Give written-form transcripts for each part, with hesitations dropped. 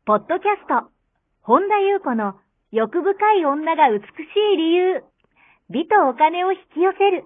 ポッドキャスト、本田裕子の欲深い女が美しい理由、美とお金を引き寄せる。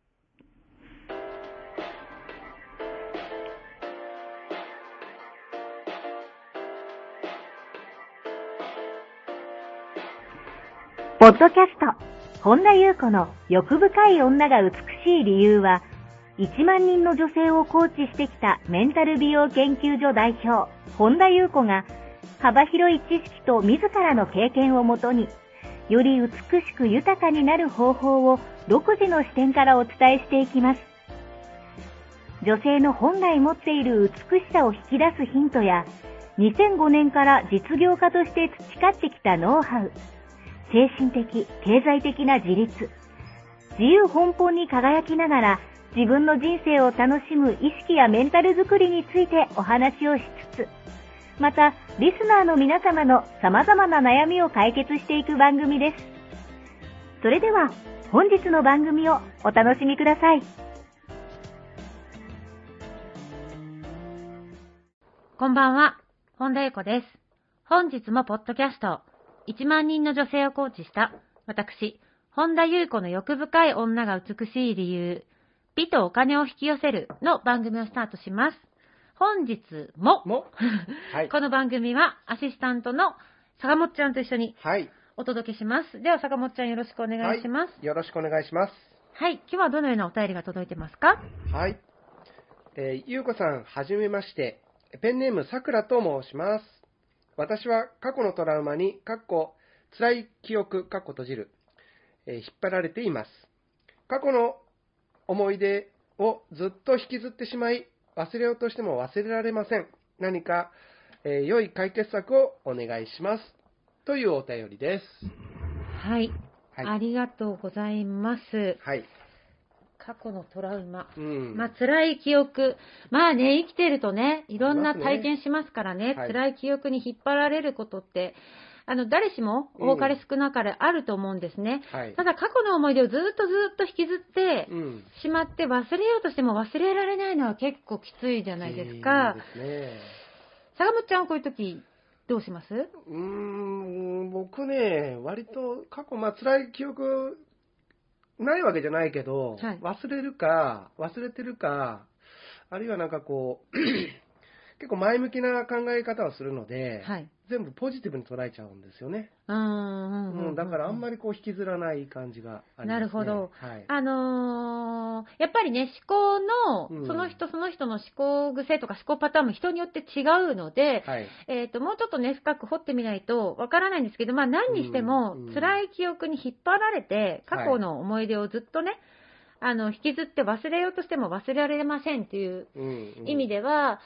ポッドキャスト、本田裕子の欲深い女が美しい理由は、1万人の女性をコーチしてきたメンタル美容研究所代表、本田裕子が、幅広い知識と自らの経験をもとに、より美しく豊かになる方法を独自の視点からお伝えしていきます。女性の本来持っている美しさを引き出すヒントや、2005年から実業家として培ってきたノウハウ、精神的、経済的な自立、自由奔放に輝きながら自分の人生を楽しむ意識やメンタルづくりについてお話をしつつ、またリスナーの皆様の様々な悩みを解決していく番組です。それでは本日の番組をお楽しみください。 こんばんは、本田裕子です。本日もポッドキャスト、1万人の女性をコーチした私、本田裕子の欲深い女が美しい理由、美とお金を引き寄せるの番組をスタートします。本日もはい、この番組はアシスタントの坂本ちゃんと一緒にお届けします。はい、では坂本ちゃんよろしくお願いします。 はい、よろしくお願いします。 はい、今日はどのようなお便りが届いてますか？ はい、ゆうこさんはじめまして、ペンネームさくらと申します。私は過去のトラウマに辛い記憶閉じる、引っ張られています。過去の思い出をずっと引きずってしまい、忘れようとしても忘れられません。何か、良い解決策をお願いします。というお便りです。 はい。はい、ありがとうございます。 はい。 過去のトラウマ。辛い記憶。生きてるとね、いろんな体験しますからね、はい、辛い記憶に引っ張られることって、誰しも多かれ少なかれあると思うんですね。はい、ただ過去の思い出をずっと引きずってしまって忘れようとしても忘れられないのは結構きついじゃないですか。坂本ちゃんはこういう時どうします？ 僕ね、割と過去辛い記憶ないわけじゃないけど、はい、忘れてるか、あるいは結構前向きな考え方をするので、はい、全部ポジティブに捉えちゃうんですよね。だからあんまり引きずらない感じがありますね。 なるほど。はい、やっぱりね、思考の、その人の思考癖とか思考パターンも人によって違うので、はい、もうちょっとね、深く掘ってみないとわからないんですけど、何にしても、辛い記憶に引っ張られて、過去の思い出をずっとね、引きずって忘れようとしても忘れられませんっていう意味では、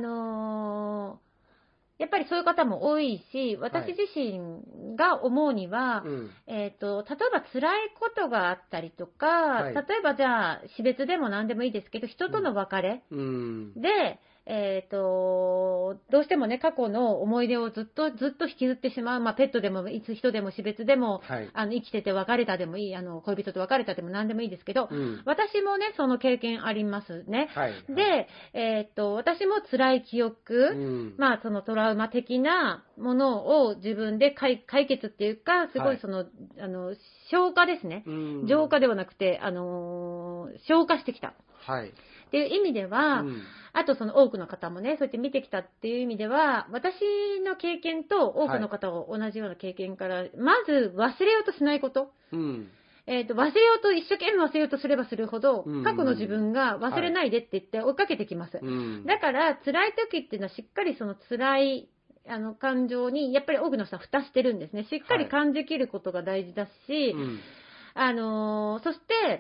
やっぱりそういう方も多いし、私自身が思うには、例えば辛いことがあったりとか、例えばじゃあ、死別でも何でもいいですけど、人との別れで、どうしてもね、過去の思い出をずっと引きずってしまう。ペットでも、人でも、死別でも、生きてて別れたでもいい、恋人と別れたでも何でもいいですけど、私もね、その経験ありますね。で、私も辛い記憶、そのトラウマ的なものを自分で解決っていうか、すごい消化ですね。浄化ではなくて、消化してきた。っていう意味では、あと多くの方もね、そうやって見てきたっていう意味では、私の経験と多くの方が同じような経験から、まず忘れようとしないこと。忘れようと、一生懸命忘れようとすればするほど、過去の自分が忘れないでって言って追いかけてきます。だから、辛い時っていうのはしっかりその辛い、感情に、やっぱり多くの人は蓋してるんですね。しっかり感じきることが大事だし、そして、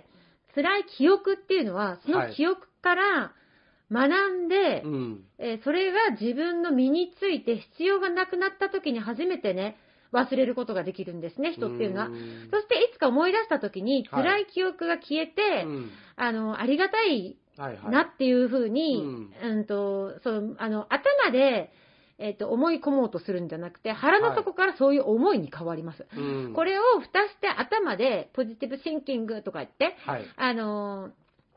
辛い記憶っていうのは、その記憶から学んで、それが自分の身について必要がなくなった時に初めてね、忘れることができるんですね、人っていうのは。そしていつか思い出した時に辛い記憶が消えて、ありがたいなっていうふうに、頭で、思い込もうとするんじゃなくて、腹の底からそういう思いに変わります。これを蓋して頭でポジティブシンキングとか言って、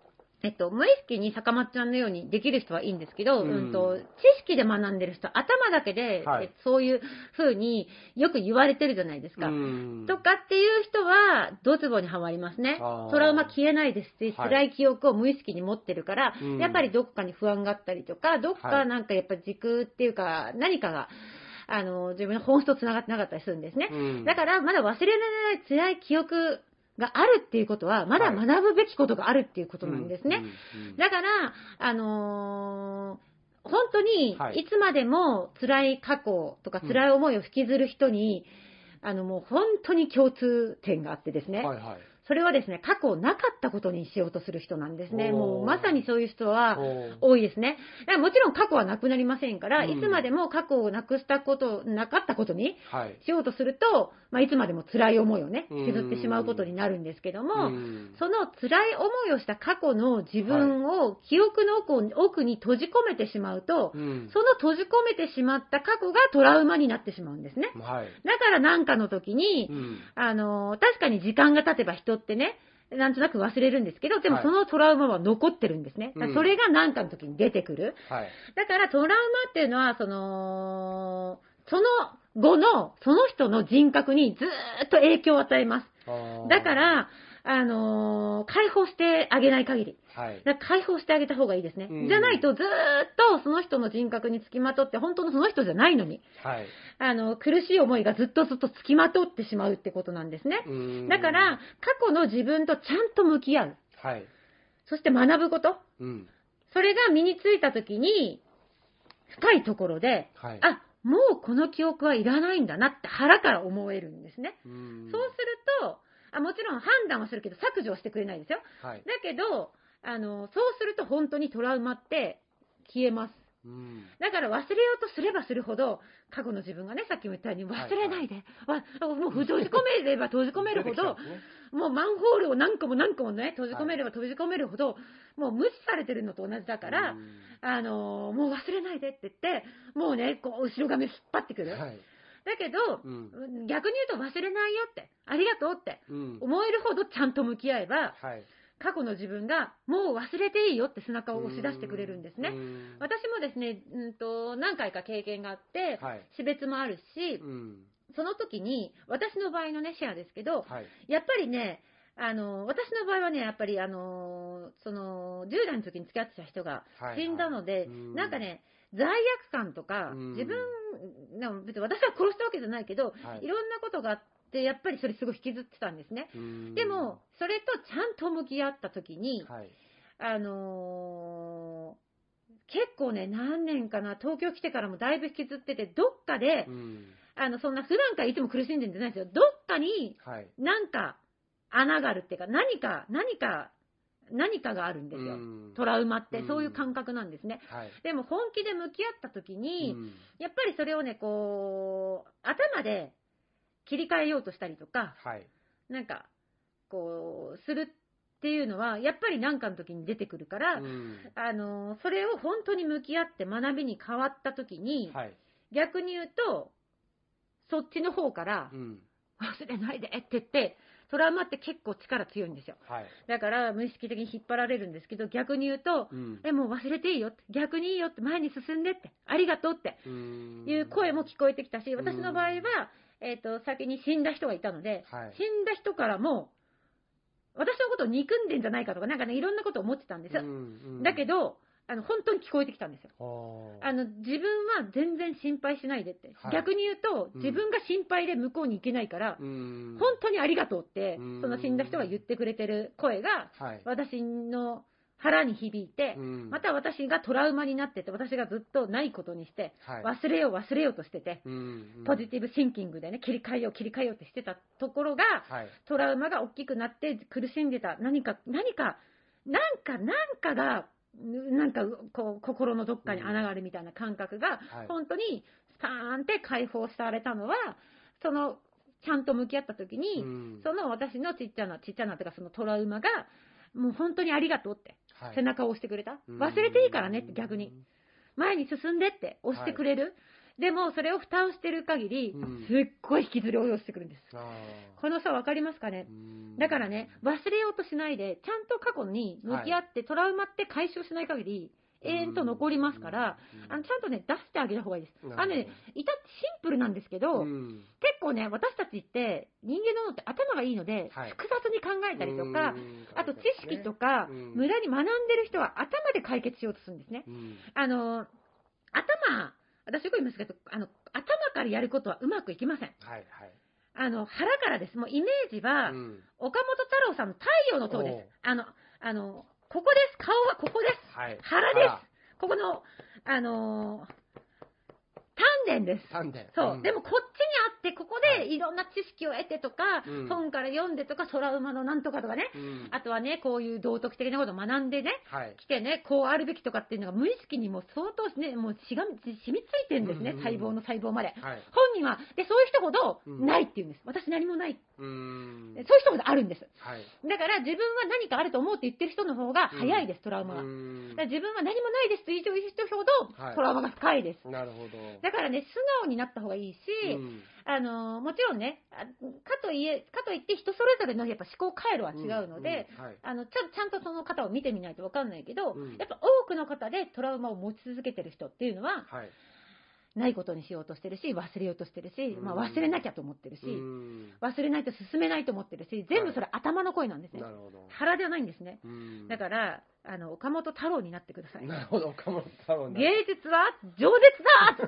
無意識に坂本ちゃんのようにできる人はいいんですけど、知識で学んでる人、頭だけで、そういう風によく言われてるじゃないですか。とかっていう人は、ドツボにはまりますね。トラウマ消えないですし、辛い記憶を無意識に持ってるから、やっぱりどっかに不安があったりとか、どっかなんかやっぱ軸っていうか、何かが、自分の本質と繋がってなかったりするんですね。だから、まだ忘れられない辛い記憶、があるっていうことは、まだ学ぶべきことがあるっていうことなんですね。だから、本当に、いつまでも辛い過去とか辛い思いを引きずる人に、もう本当に共通点があってですね。それはですね、過去なかったことにしようとする人なんですね。もうまさにそういう人は多いですね。だからもちろん過去はなくなりませんから、いつまでも過去をなかったことにしようとすると、いつまでも辛い思いをね、引きずってしまうことになるんですけども、その辛い思いをした過去の自分を記憶の奥に閉じ込めてしまうと、その閉じ込めてしまった過去がトラウマになってしまうんですね。だから何かの時に、確かに時間が経てば人ってね、なんとなく忘れるんですけど、でもそのトラウマは残ってるんですね。それが何かの時に出てくる。だからトラウマっていうのは、その後の、その人の人格にずーっと影響を与えます。だから、解放してあげない限り。だから解放してあげた方がいいですね。じゃないとずーっとその人の人格につきまとって、本当のその人じゃないのに、苦しい思いがずっとつきまとってしまうってことなんですね。だから、過去の自分とちゃんと向き合う。そして学ぶこと。それが身についたときに、深いところで、もうこの記憶はいらないんだなって腹から思えるんですね。そうすると、もちろん判断はするけど削除はしてくれないですよ。だけど、そうすると本当にトラウマって消えます。だから忘れようとすればするほど、過去の自分がね、さっきも言ったように忘れないで、もう閉じ込めれば閉じ込めるほど、もうマンホールを何個も何個もね、閉じ込めれば閉じ込めるほど、もう無視されてるのと同じだから、もう忘れないでって言って、もうね、こう後ろ髪引っ張ってくる。だけど、逆に言うと忘れないよって、ありがとうって思えるほどちゃんと向き合えば、過去の自分がもう忘れていいよって背中を押し出してくれるんですね。私もですね、何回か経験があって、死別もあるし、その時に、私の場合のね、シェアですけど、やっぱりね、私の場合はね、やっぱり10代の時に付き合ってた人が死んだので、なんかね、罪悪感とか、自分、別に私は殺したわけじゃないけど、いろんなことがあって、やっぱりそれすごい引きずってたんですね。でも、それとちゃんと向き合った時に、結構ね、何年かな、東京来てからもだいぶ引きずってて、どっかで、そんな普段からいつも苦しんでるんじゃないですよ。どっかに、なんか穴があるっていうか、何かがあるんですよ。トラウマって、そういう感覚なんですね。でも本気で向き合った時に、やっぱりそれをね、こう、頭で切り替えようとしたりとか、なんか、こう、するっていうのは、やっぱり何かの時に出てくるから、それを本当に向き合って学びに変わった時に、逆に言うと、そっちの方から、忘れないでって言って、トラウマって結構力強いんですよ。だから無意識的に引っ張られるんですけど、逆に言うと、もう忘れていいよって、逆にいいよって、前に進んでって、ありがとうっていう声も聞こえてきたし、私の場合は、先に死んだ人がいたので、死んだ人からも、私のことを憎んでんじゃないかとか、なんかね、いろんなことを思ってたんです。だけど、本当に聞こえてきたんですよ。自分は全然心配しないでって。逆に言うと、自分が心配で向こうに行けないから、本当にありがとうって、その死んだ人が言ってくれてる声が、私の腹に響いて、また私がトラウマになってて、私がずっとないことにして、忘れようとしてて、ポジティブシンキングでね、切り替えようってしてたところが、トラウマが大きくなって苦しんでた、何かが、なんかこう心のどっかに穴があるみたいな感覚が、本当にスパーンって解放されたのは、そのちゃんと向き合った時に、その私のちっちゃなというか、そのトラウマがもう本当にありがとうって背中を押してくれた。忘れていいからねって、逆に前に進んでって押してくれる。 でも、それを負担してる限り、すっごい引きずり下ろしてくるんです。この差分かりますかね。だからね、忘れようとしないで、ちゃんと過去に向き合って、トラウマって解消しない限り、永遠と残りますから、ちゃんとね、出してあげた方がいいです。至ってシンプルなんですけど、結構ね、私たちって人間の脳って頭がいいので、複雑に考えたりとか、あと知識とか、無駄に学んでる人は頭で解決しようとするんですね。私よく言いますけど、頭からやることはうまくいきません。腹からです。もうイメージは、岡本太郎さんの太陽の塔です。ここです。顔はここです。腹です。ここの、丹田です。そう。でもこっちにあって、ここでいろんな知識を得てとか、本から読んでとか、トラウマのなんとかとかね、あとはね、こういう道徳的なことを学んでね、来てね、こうあるべきとかっていうのが無意識にも相当ね、もう染みついてるんですね、細胞の細胞まで。本人は、で、そういう人ほど、ないって言うんです。私何もない。そういう人ほどあるんです。だから自分は何かあると思うって言ってる人の方が早いです、トラウマが。だから自分は何もないですと言う人ほど、トラウマが深いです。 なるほど。 だからね、素直になった方がいいし、もちろんね、かといって人それぞれのやっぱ思考回路は違うので、ちゃんとその方を見てみないと分かんないけど、やっぱ多くの方でトラウマを持ち続けてる人っていうのは、ないことにしようとしてるし、忘れようとしてるし、忘れなきゃと思ってるし、忘れないと進めないと思ってるし、全部それ頭の声なんですね。腹ではないんですね。だから、岡本太郎になってください。 なるほど、岡本太郎。 芸術は饒舌だって。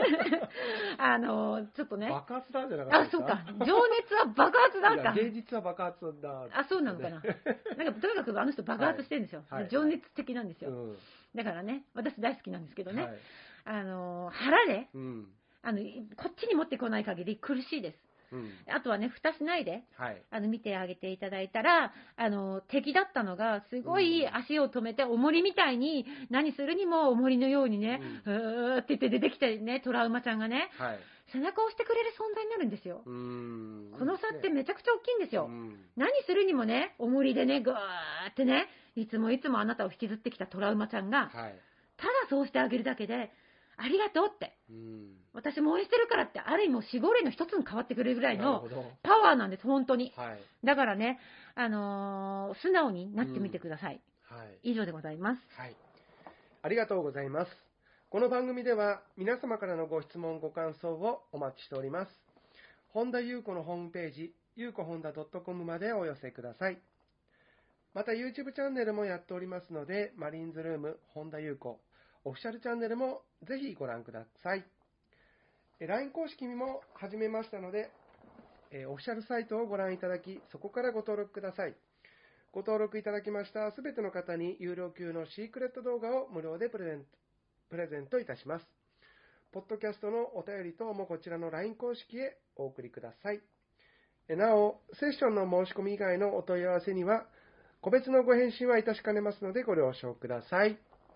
ちょっとね。 爆発だじゃなかったですか。 そうか。情熱は爆発だか。 芸術は爆発だ。 そうなのかな。なんか、とにかくあの人爆発してるんですよ。情熱的なんですよ。だからね、私大好きなんですけどね。腹で、こっちに持ってこない限り苦しいです。あとはね、蓋しないで、見てあげていただいたら、敵だったのが、すごい足を止めて、重りみたいに、何するにも重りのようにね、って言って出てきてね、トラウマちゃんがね、背中を押してくれる存在になるんですよ。この差ってめちゃくちゃ大きいんですよ。何するにもね、重りでね、ぐーってね、いつもあなたを引きずってきたトラウマちゃんが、ただそうしてあげるだけで、ありがとうって、私も応援してるからって、ある意味守護霊の一つに変わってくれるぐらいのパワーなんです、本当に。だからね、素直になってみてください。以上でございます。 ありがとうございます。この番組では皆様からのご質問、ご感想をお待ちしております。本田裕子のホームページ、ゆうこ本田 .com までお寄せください。また YouTube チャンネルもやっておりますので、マリーンズルーム本田裕子オフィシャルチャンネルもぜひご覧ください。LINE 公式にも始めましたので、オフィシャルサイトをご覧いただき、そこからご登録ください。ご登録いただきましたすべての方に有料級のシークレット動画を無料でプレゼントいたします。ポッドキャストのお便り等もこちらの LINE 公式へお送りください。なお、セッションの申し込み以外のお問い合わせには、個別のご返信はいたしかねますのでご了承ください。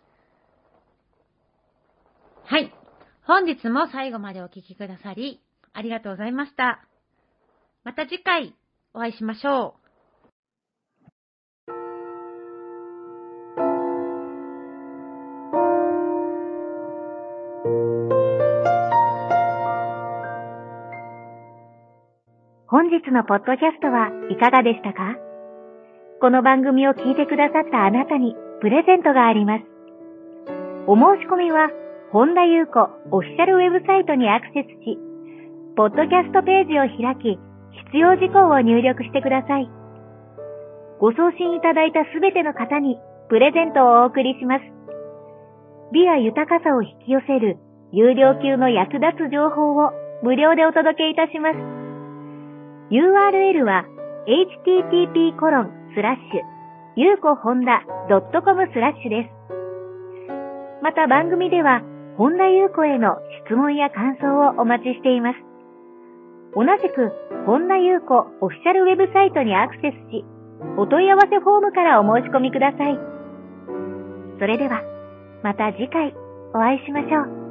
はい。本日も最後までお聞きくださり、ありがとうございました。また次回お会いしましょう。 本日のポッドキャストはいかがでしたか？この番組を聞いてくださったあなたにプレゼントがあります。お申し込みは、本田裕子オフィシャルウェブサイトにアクセスし、ポッドキャストページを開き、必要事項を入力してください。ご送信いただいたすべての方にプレゼントをお送りします。美や豊かさを引き寄せる有料級の役立つ情報を無料でお届けいたします。URL は http://yukohonda.com/ です。また番組では本田裕子への質問や感想をお待ちしています。同じく本田裕子オフィシャルウェブサイトにアクセスし、お問い合わせフォームからお申し込みください。それではまた次回お会いしましょう。